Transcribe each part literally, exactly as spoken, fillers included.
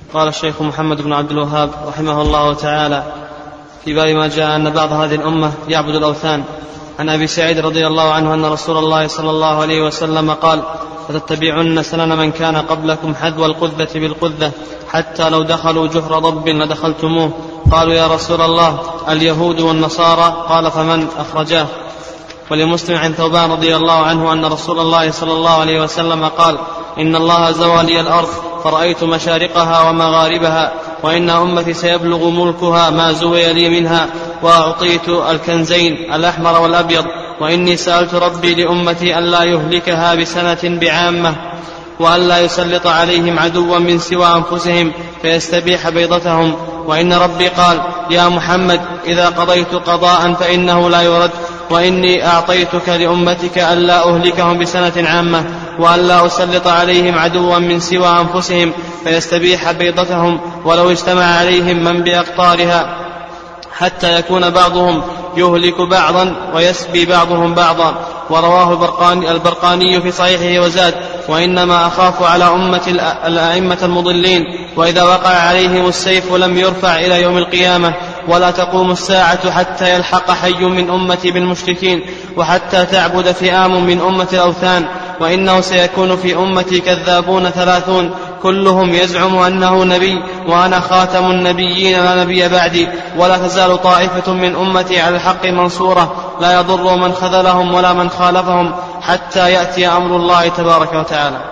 قال الشيخ محمد بن عبد الوهاب رحمه الله تعالى في باب ما جاء أن بعض هذه الأمة يعبد الأوثان. عن أبي سعيد رضي الله عنه أن رسول الله صلى الله عليه وسلم قال: فتتبعن سنن من كان قبلكم حذو القذة بالقذة حتى لو دخلوا جحر ضب لدخلتموه. قالوا: يا رسول الله اليهود والنصارى؟ قال: فمن أخرجاه؟ ولمسلم عن ثوبان رضي الله عنه أن رسول الله صلى الله عليه وسلم قال: إن الله زوى لي الأرض فرأيت مشارقها ومغاربها، وإن أمتي سيبلغ ملكها ما زوي لي منها، وأعطيت الكنزين الأحمر والأبيض، وإني سألت ربي لأمتي أن لا يهلكها بسنة بعامة، وأن لا يسلط عليهم عدوا من سوى أنفسهم فيستبيح بيضتهم، وإن ربي قال: يا محمد إذا قضيت قضاء فإنه لا يرد، وإني أعطيتك لأمتك أن لا أهلكهم بسنة عامة، وأن لا أسلط عليهم عدوا من سوى أنفسهم فيستبيح بيضتهم ولو اجتمع عليهم من بأقطارها، حتى يكون بعضهم يهلك بعضا ويسبي بعضهم بعضا. ورواه البرقاني, البرقاني في صحيحه وزاد: وإنما أخاف على أمة الأئمة المضلين، وإذا وقع عليهم السيف لم يرفع إلى يوم القيامة، ولا تقوم الساعة حتى يلحق حي من أمتي بالمشركين، وحتى تعبد فئام من أمة الأوثان. وإنه سيكون في أمتي كذابون ثلاثون كلهم يزعم أنه نبي، وأنا خاتم النبيين لا نبي بعدي، ولا تزال طائفة من أمتي على الحق منصورة لا يضر من خذلهم ولا من خالفهم حتى يأتي أمر الله تبارك وتعالى.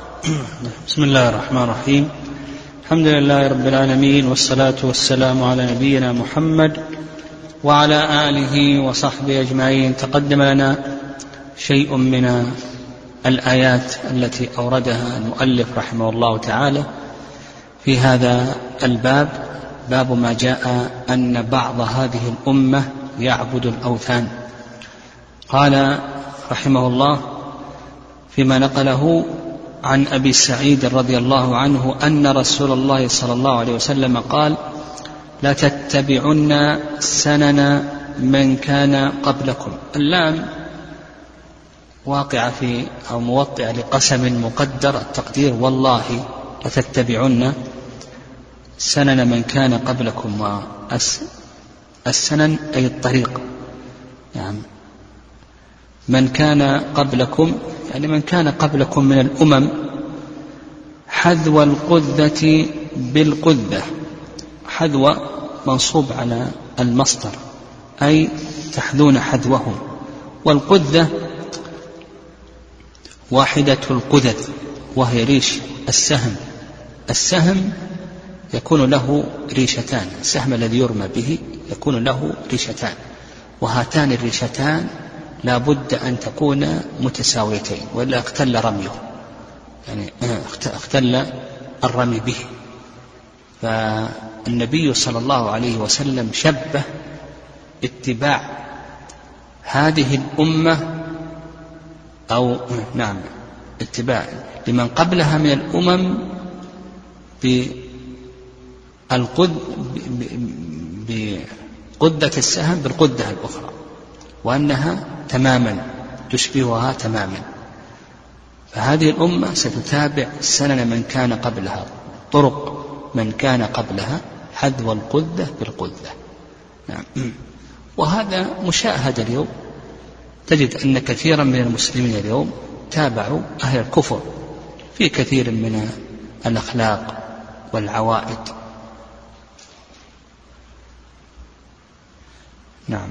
بسم الله الرحمن الرحيم. الحمد لله رب العالمين، والصلاة والسلام على نبينا محمد وعلى آله وصحبه أجمعين. تقدم لنا شيء من الآيات التي أوردها المؤلف رحمه الله تعالى في هذا الباب، باب ما جاء أن بعض هذه الأمة يعبد الأوثان. قال رحمه الله فيما نقله عن أبي سعيد رضي الله عنه أن رسول الله صلى الله عليه وسلم قال: لا تتبعن سنن من كان قبلكم. اللام واقع في أو موطئ لقسم مقدر، التقدير والله لتتبعن سنن من كان قبلكم. والسنن أي الطريق، يعني من كان قبلكم يعني من كان قبلكم من الأمم، حذو القذة بالقذة. حذو منصوب على المصدر أي تحذون حذوهم، والقذة واحدة القذذ وهي ريش السهم. السهم يكون له ريشتان، السهم الذي يرمى به يكون له ريشتان، وهاتان الريشتان لا بد أن تكون متساويتين وإلا اختل رميه، يعني اختل الرمي به. فالنبي صلى الله عليه وسلم شبه اتباع هذه الأمة أو نعم اتباع لمن قبلها من الأمم بقذة السهم بالقذة الأخرى، وأنها تماما تشبهها تماما. فهذه الأمة ستتابع سنن من كان قبلها، طرق من كان قبلها، حذو القذة بالقذة. نعم. وهذا مشاهد اليوم، تجد أن كثيرا من المسلمين اليوم تابعوا أهل الكفر في كثير من الأخلاق والعوائد. نعم،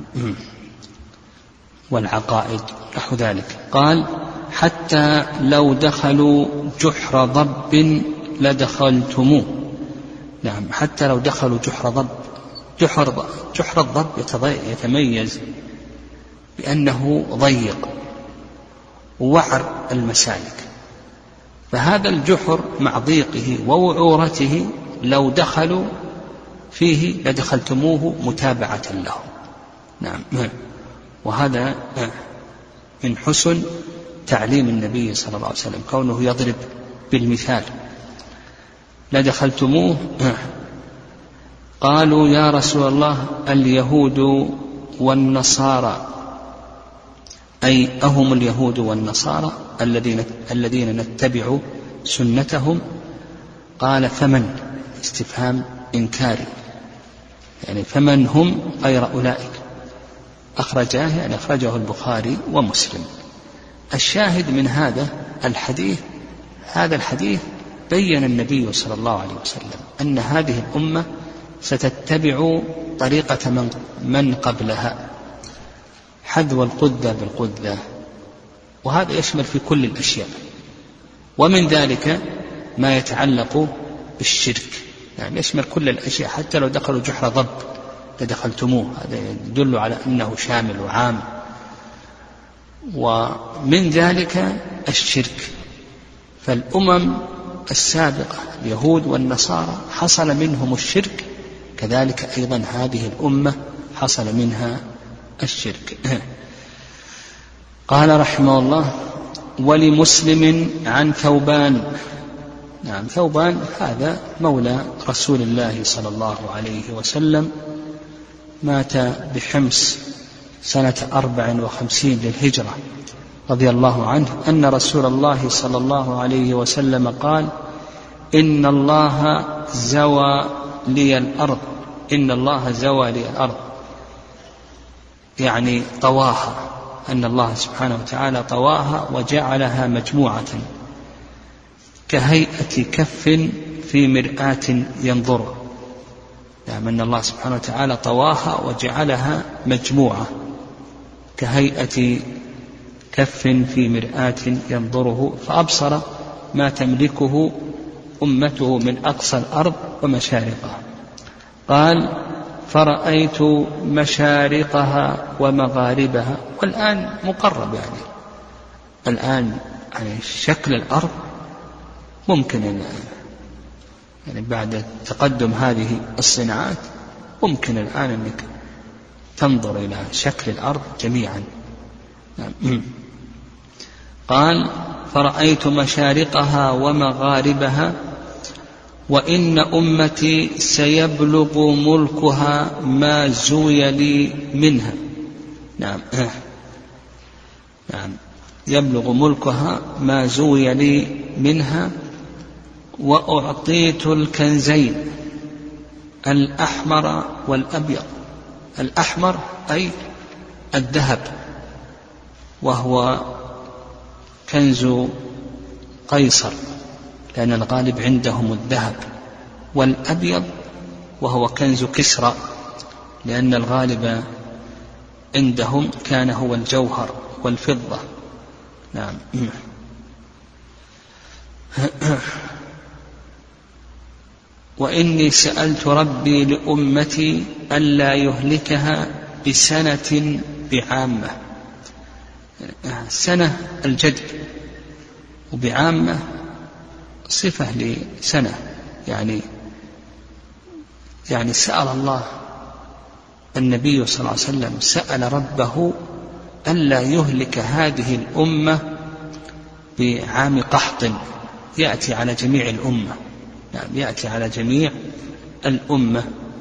والعقائد نحو ذلك. قال: حتى لو دخلوا جحر ضب لدخلتموه. نعم، حتى لو دخلوا جحر ضب. جحر, جحر الضب يتميز بأنه ضيق ووعر المسالك، فهذا الجحر مع ضيقه ووعورته لو دخلوا فيه لدخلتموه متابعة له. نعم. وهذا من حسن تعليم النبي صلى الله عليه وسلم كونه يضرب بالمثال. لدخلتموه. قالوا: يا رسول الله اليهود والنصارى؟ أي أهم اليهود والنصارى الذين الذين نتبع سنتهم؟ قال: فمن استفهام إنكاري، يعني فمن هم غير أولئك؟ أخرجاه يعني أخرجه البخاري ومسلم. الشاهد من هذا الحديث، هذا الحديث بين النبي صلى الله عليه وسلم أن هذه الأمة ستتبع طريقة من, من قبلها، حذو القذة بالقذة، وهذا يشمل في كل الأشياء، ومن ذلك ما يتعلق بالشرك، يعني يشمل كل الأشياء، حتى لو دخلوا جحر ضب لدخلتموه، هذا يدل على أنه شامل وعام. ومن ذلك الشرك، فالأمم السابقة اليهود والنصارى حصل منهم الشرك، كذلك أيضا هذه الأمة حصل منها الشرك. قال رحمه الله: ولمسلم عن ثوبان. نعم، ثوبان هذا مولى رسول الله صلى الله عليه وسلم، مات بحمص سنة أربع وخمسين للهجرة رضي الله عنه، أن رسول الله صلى الله عليه وسلم قال: إن الله زوى لي الأرض، إن الله زوى لي الأرض، يعني طواها، أن الله سبحانه وتعالى طواها وجعلها مجموعة كهيئة كف في مرآة ينظر، يعني أن الله سبحانه وتعالى طواها وجعلها مجموعة كهيئة كف في مرآة ينظره، فأبصر ما تملكه أمته من أقصى الأرض ومشارقها. قال: فرأيت مشارقها ومغاربها. والآن مقرب، يعني الآن يعني شكل الأرض ممكن يعني بعد تقدم هذه الصناعات ممكن الآن أنك تنظر إلى شكل الأرض جميعا. قال: فرأيت مشارقها ومغاربها، وإن أمتي سيبلغ ملكها ما زوي لي منها. نعم نعم يبلغ ملكها ما زوي لي منها، وأعطيت الكنزين الأحمر والأبيض. الأحمر أي الذهب، وهو كنز قيصر، لأن الغالب عندهم الذهب، والأبيض وهو كنز كسرى، لأن الغالب عندهم كان هو الجوهر والفضة. نعم. وإني سألت ربي لأمتي ألا يهلكها بسنة بعامة. سنة الجد، وبعامة صفة لسنة، يعني يعني سأل الله النبي صلى الله عليه وسلم سأل ربه ألا يهلك هذه الأمة بعام قحط يأتي على جميع الأمة، يعني يأتي على جميع الأمة،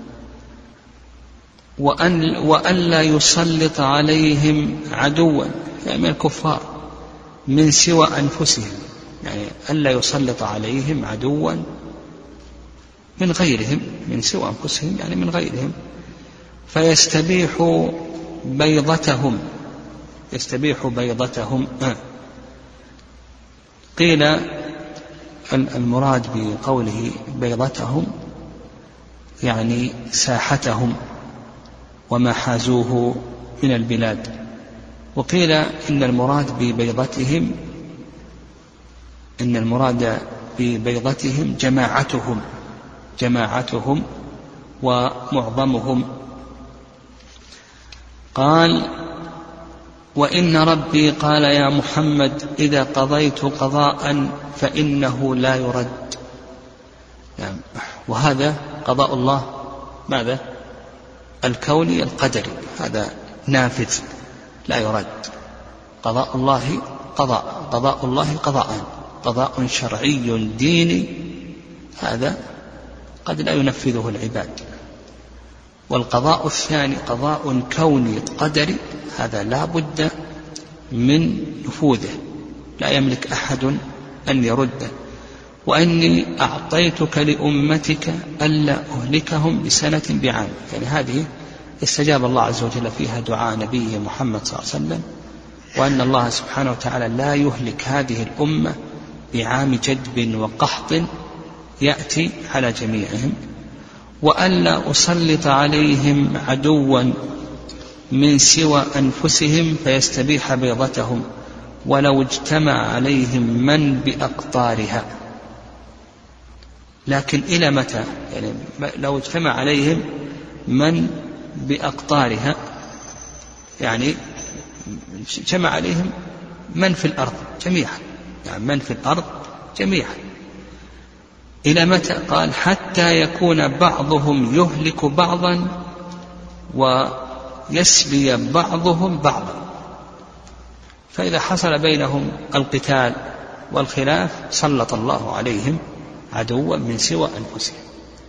وأن وألا يسلط عليهم عدوا، يعني من الكفار، من سوى أنفسهم، يعني ألا يسلط عليهم عدوا من غيرهم، من سوى أنفسهم يعني من غيرهم، فيستبيح بيضتهم، يستبيح بيضتهم. آه. قيل المراد بقوله بيضتهم يعني ساحتهم وما حازوه من البلاد، وقيل إن المراد ببيضتهم إن المراد ببيضتهم جماعتهم جماعتهم ومعظمهم. قال: وإن ربي قال يا محمد إذا قضيت قضاء فإنه لا يرد. يعني وهذا قضاء الله ماذا؟ الكوني القدري، هذا نافذ لا يرد. قضاء الله قضاء قضاء الله قضاء قضاء شرعي ديني، هذا قد لا ينفذه العباد. والقضاء الثاني قضاء كوني قدري، هذا لا بد من نفوذه، لا يملك أحد أن يرده. وإني أعطيتك لأمتك ألا أهلكهم بسنة بعام. يعني هذه استجاب الله عز وجل فيها دعاء نبيه محمد صلى الله عليه وسلم، وأن الله سبحانه وتعالى لا يهلك هذه الأمة بعام جدب وقحط يأتي على جميعهم، وألا أسلط عليهم عدوا من سوى أنفسهم فيستبيح بيضتهم ولو اجتمع عليهم من بأقطارها. لكن إلى متى؟ يعني لو اجتمع عليهم من بأقطارها، يعني اجتمع عليهم من في الأرض جميعا، يعني من في الأرض جميعا. إلى متى؟ قال حتى يكون بعضهم يهلك بعضا ويسبي بعضهم بعضا. فإذا حصل بينهم القتال والخلاف سلط الله عليهم عدوا من سوى أنفسهم.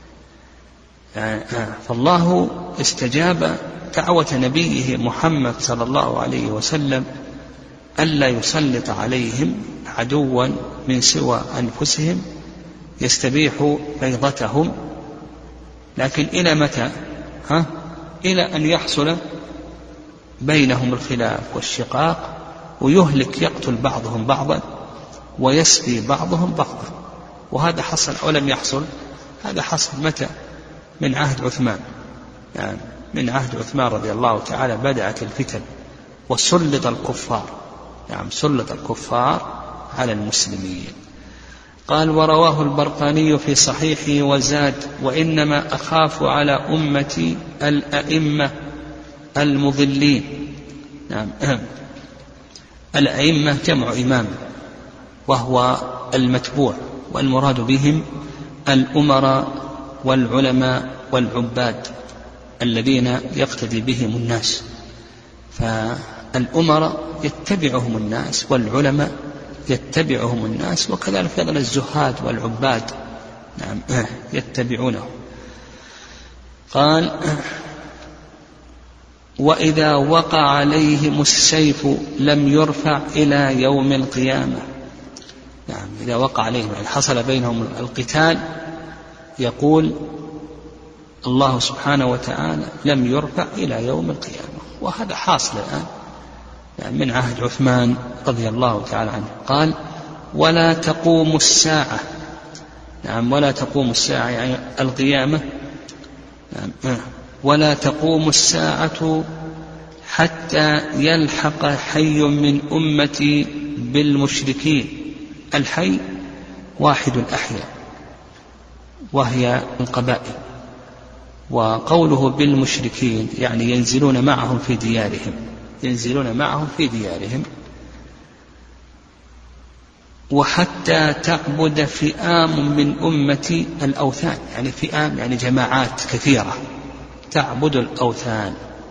فالله استجاب دعوة نبيه محمد صلى الله عليه وسلم ألا يسلط عليهم عدوا من سوى أنفسهم يستبيح بيضتهم. لكن إلى متى؟ ها؟ إلى أن يحصل بينهم الخلاف والشقاق ويهلك يقتل بعضهم بعضا ويسبي بعضهم بعضا. وهذا حصل أو لم يحصل؟ هذا حصل متى؟ من عهد عثمان، يعني من عهد عثمان رضي الله تعالى بدأت الفتن وسلط الكفار، يعني سلط الكفار على المسلمين. قال ورواه البرقاني في صحيحه وزاد وإنما أخاف على أمتي الأئمة المضلين. نعم الأئمة جمع إمام وهو المتبوع، والمراد بهم الأمراء والعلماء والعباد الذين يقتدي بهم الناس. فالأمراء يتبعهم الناس والعلماء يتبعهم الناس، وكذلك أيضا الزهاد والعباد نعم يتبعونه. قال وإذا وقع عليهم السيف لم يرفع إلى يوم القيامة. نعم إذا وقع عليهم يعني حصل بينهم القتال يقول الله سبحانه وتعالى لم يرفع إلى يوم القيامة، وهذا حاصل الآن يعني من عهد عثمان رضي الله تعالى عنه. قال ولا تقوم الساعة. نعم ولا تقوم الساعة يعني القيامة. نعم ولا تقوم الساعة حتى يلحق حي من أمتي بالمشركين. الحي واحد الأحياء وهي القبائل، وقوله بالمشركين يعني ينزلون معهم في ديارهم، ينزلون معهم في ديارهم. وحتى تعبد فئام من أمتي الأوثان، يعني فئام يعني جماعات كثيرة تعبد الأوثان.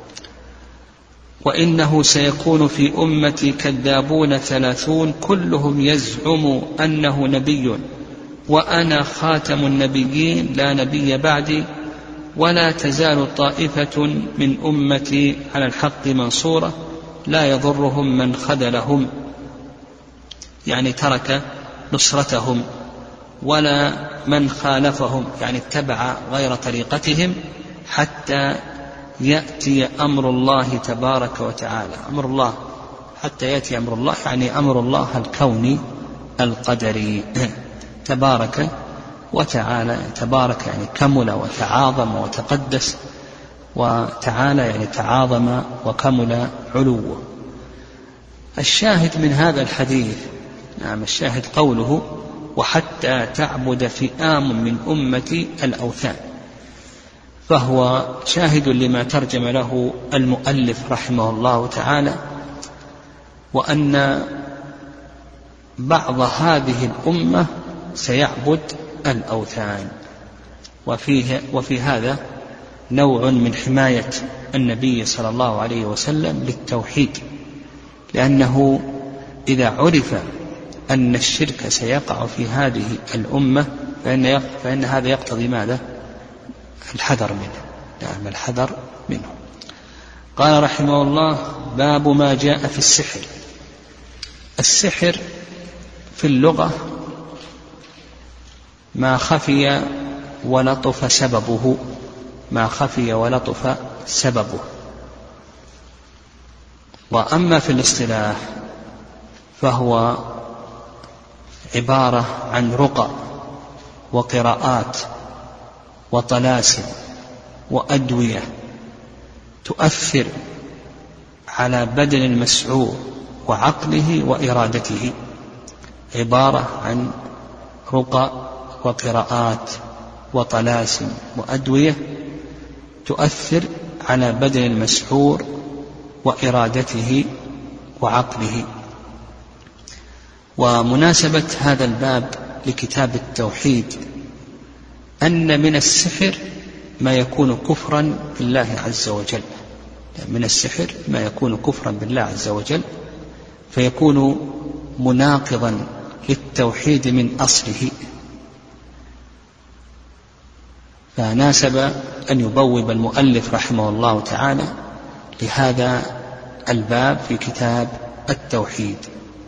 وإنه سيكون في أمتي كذابون ثلاثون كلهم يزعم أنه نبي وأنا خاتم النبيين لا نبي بعدي، ولا تزال طائفة من أمتي على الحق منصورة لا يضرهم من خذلهم، يعني ترك نصرتهم، ولا من خالفهم يعني اتبع غير طريقتهم، حتى يأتي أمر الله تبارك وتعالى. أمر الله حتى يأتي أمر الله يعني أمر الله الكوني القدري تبارك وتعالى. تبارك يعني كمل وتعاظم وتقدس، وتعالى يعني تعاظم وكمل علوه. الشاهد من هذا الحديث نعم الشاهد قوله وحتى تعبد فئام من أمتي الأوثان، فهو شاهد لما ترجم له المؤلف رحمه الله تعالى، وأن بعض هذه الأمة سيعبد الأوثان. وفيه وفي هذا نوع من حماية النبي صلى الله عليه وسلم للتوحيد، لأنه إذا عرف أن الشرك سيقع في هذه الأمة فإن, فإن هذا يقتضي ماذا؟ الحذر منه. نعم الحذر منه. قال رحمه الله باب ما جاء في السحر. السحر في اللغة ما خفي ولطف سببه، ما خفي ولطف سببه. وأما في الاصطلاح فهو عبارة عن رقى وقراءات وطلاسم وأدوية تؤثر على بدن المسعور وعقله وإرادته، عبارة عن رقى وقراءات وطلاسم وأدوية تؤثر على بدن المسحور وإرادته وعقله. ومناسبة هذا الباب لكتاب التوحيد أن من السحر ما يكون كفرا بالله عز وجل، من السحر ما يكون كفرا بالله عز وجل، فيكون مناقضا للتوحيد من أصله. فناسب أن يبوب المؤلف رحمه الله تعالى لهذا الباب في كتاب التوحيد.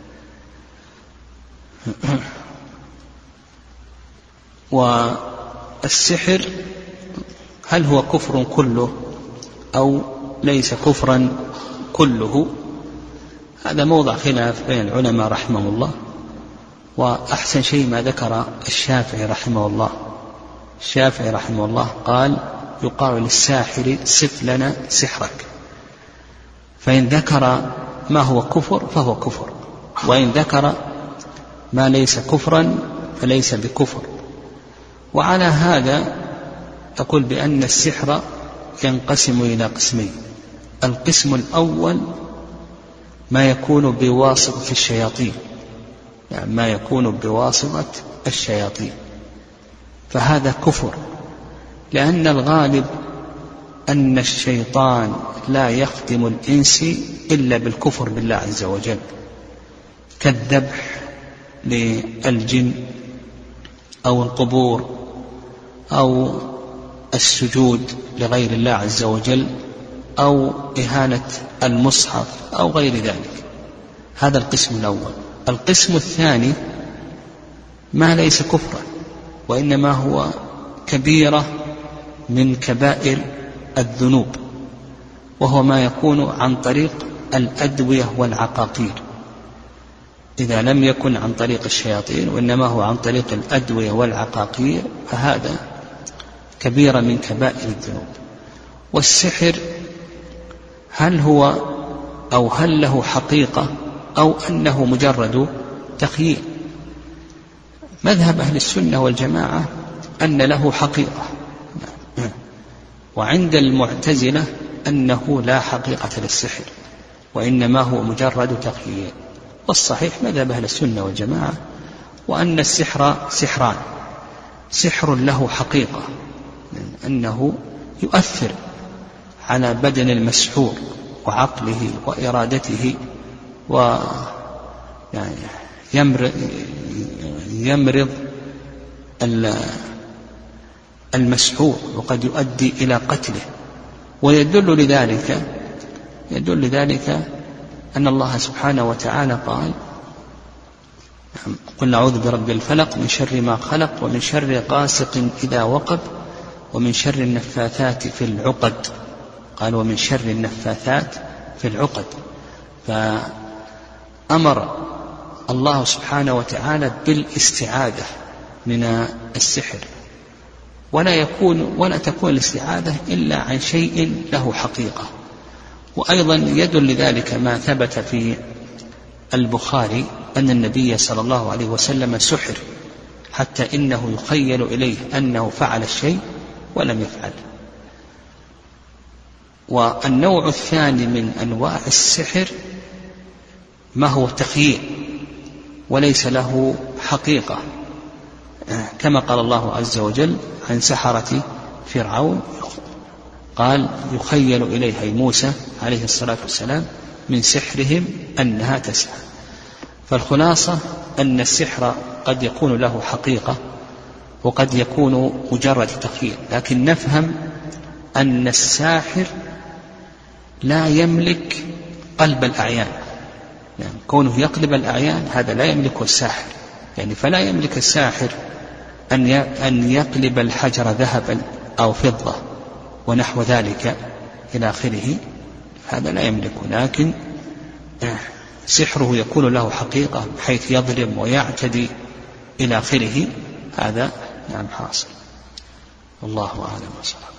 والسحر هل هو كفر كله أو ليس كفرا كله؟ هذا موضع خلاف بين العلماء رحمه الله. وأحسن شيء ما ذكر الشافعي رحمه الله، الشافعي رحمه الله قال: يقال للساحر صف لنا سحرك، فإن ذكر ما هو كفر فهو كفر، وإن ذكر ما ليس كفرا فليس بكفر. وعلى هذا أقول بأن السحر ينقسم إلى قسمين: القسم الأول ما يكون بواسطة الشياطين، يعني ما يكون بواسطة الشياطين، فهذا كفر، لأن الغالب أن الشيطان لا يخدم الإنس إلا بالكفر بالله عز وجل، كالذبح للجن أو القبور أو السجود لغير الله عز وجل أو إهانة المصحف أو غير ذلك. هذا القسم الأول. القسم الثاني ما ليس كفرا، وإنما هو كبيرة من كبائر الذنوب، وهو ما يكون عن طريق الأدوية والعقاقير. إذا لم يكن عن طريق الشياطين وإنما هو عن طريق الأدوية والعقاقير فهذا كبيرة من كبائر الذنوب. والسحر هل هو أو هل له حقيقة أو أنه مجرد تخييل؟ مذهب أهل السنة والجماعة أن له حقيقة، وعند المعتزلة أنه لا حقيقة للسحر وإنما هو مجرد تخييل. والصحيح مذهب أهل السنة والجماعة وأن السحر سحران: سحر له حقيقة أنه يؤثر على بدن المسحور وعقله وإرادته ويمرض المسحور وقد يؤدي إلى قتله. ويدل لذلك يدل لذلك أن الله سبحانه وتعالى قال: قل أعوذ برب الفلق من شر ما خلق ومن شر غاسق إذا وقب ومن شر النفاثات في العقد. قال: ومن شر النفاثات في العقد. فأمر الله سبحانه وتعالى بالاستعاذة من السحر، ولا يكون ولا تكون الاستعاذة إلا عن شيء له حقيقة. وأيضا يدل لذلك ما ثبت في البخاري أن النبي صلى الله عليه وسلم سحر حتى إنه يخيل إليه أنه فعل الشيء ولم يفعل. والنوع الثاني من أنواع السحر ما هو تخييل وليس له حقيقة، كما قال الله عز وجل عن سحرة فرعون، قال: يخيل إليه أي موسى عليه الصلاة والسلام من سحرهم أنها تسعى. فالخلاصة أن السحر قد يكون له حقيقة وقد يكون مجرد تخيل، لكن نفهم أن الساحر لا يملك قلب الأعيان، يعني كونه يقلب الأعيان هذا لا يملكه الساحر، يعني فلا يملك الساحر أن يقلب الحجر ذهبا أو فضة ونحو ذلك إلى آخره هذا لا يملك، لكن سحره يكون له حقيقة بحيث يظلم ويعتدي إلى آخره هذا نعم حاصل. والله أعلم وصلى.